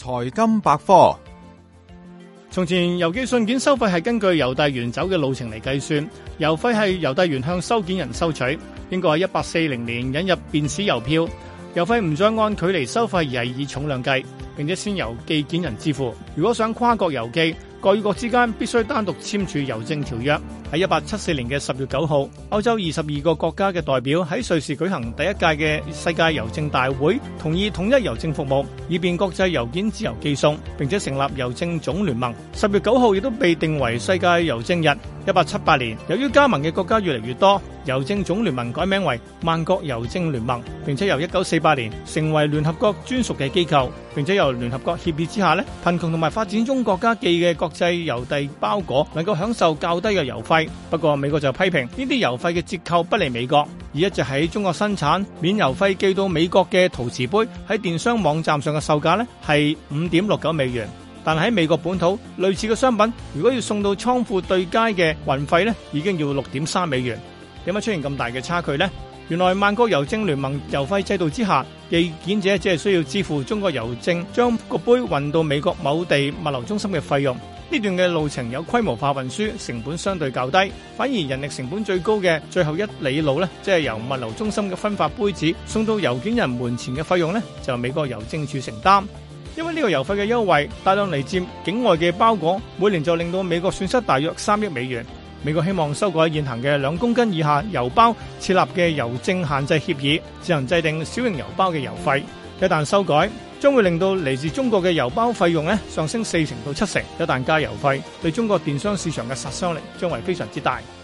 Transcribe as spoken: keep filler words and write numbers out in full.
財金百科。 從前郵寄信件收費係根據郵遞員走嘅路程嚟計算，郵費係郵遞員向收件人收取。英國喺一八四零年引入便士郵票，郵費唔再按距離收費，而係以重量計，並且先由寄件人支付。如果想跨國郵寄，國與國之間必須單獨簽署郵政條約。喺一八七四年嘅十月九號，歐洲二十二個國家嘅代表喺瑞士舉行第一屆嘅世界郵政大會，同意統一郵政服務，以便國際郵件自由寄送，並且成立郵政總聯盟。十月九號亦都被定為世界郵政日。一八七八年，由於加盟嘅國家越嚟越多，郵政總聯盟改名為萬國郵政聯盟，並且由一九四八年成為聯合國專屬嘅機構，並且由聯合國協議之下呢，貧窮同埋發展中國家寄嘅國際郵遞包裹能夠享受較低嘅郵費。不過美國就批評呢啲郵費嘅折扣不利美國，而一直喺中國生產免郵費寄到美國嘅陶瓷杯喺電商網站上嘅售價呢係五點六九美元，但喺美國本土類似嘅商品如果要送到倉庫對街嘅運費呢已經要六點三美元。點解出現咁大嘅差距呢？原來萬國郵政聯盟郵費制度之下，寄件者只係需要支付中國郵政將個杯運到美國某地物流中心嘅費用。呢段嘅路程有規模化運輸，成本相對較低，反而人力成本最高嘅最後一里路呢，即係由物流中心嘅分發杯子送到郵件人門前嘅費用呢，就由美國郵政署承擔。因為呢個郵費嘅優惠，大量嚟自境外嘅包裹，每年就令到美國損失大約三億美元。美國希望修改現行嘅兩公斤以下郵包設立嘅郵政限制協議，自行制定小型郵包嘅郵費。一旦修改，將會令到嚟自中國嘅郵包費用咧上升四成到七成。一旦加郵費，對中國電商市場嘅殺傷力將會非常之大。